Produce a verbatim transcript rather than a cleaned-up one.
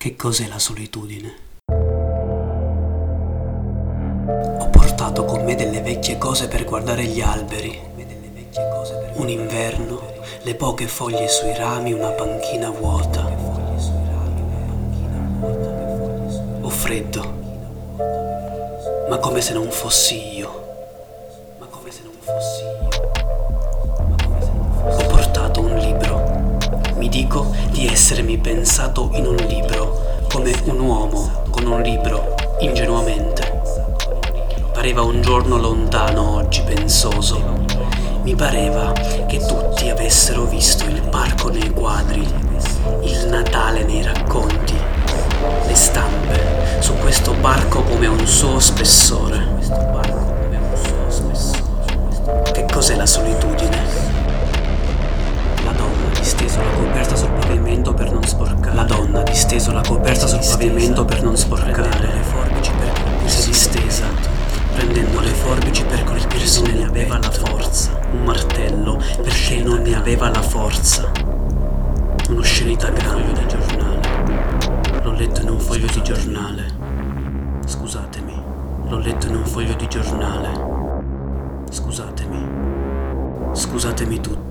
Che cos'è la solitudine? Ho portato con me delle vecchie cose per guardare gli alberi. Un inverno, le poche foglie sui rami, una panchina vuota. Ho freddo, ma come se non fossi io. Ma come se non fossi io. Ho portato un libro. Mi dico di essermi pensato in un libro, come un uomo con un libro, ingenuamente. Pareva un giorno lontano oggi, pensoso. Mi pareva che tutti avessero visto il parco nei quadri, il Natale nei racconti, le stampe su questo parco come un suo spessore. Che cos'è la solitudine? La donna disteso la coperta sul pavimento per non sporcare. La donna disteso la coperta sul pavimento per non sporcare. Le forbici per colpirsi distesa, prendendo le forbici per colpirsi non ne aveva la forza. Un martello perché non ne aveva la forza. Un'oscenità grande di giornale. L'ho letto in un foglio di giornale. Scusatemi, l'ho letto in un foglio di giornale. Scusatemi. Scusatemi tutti.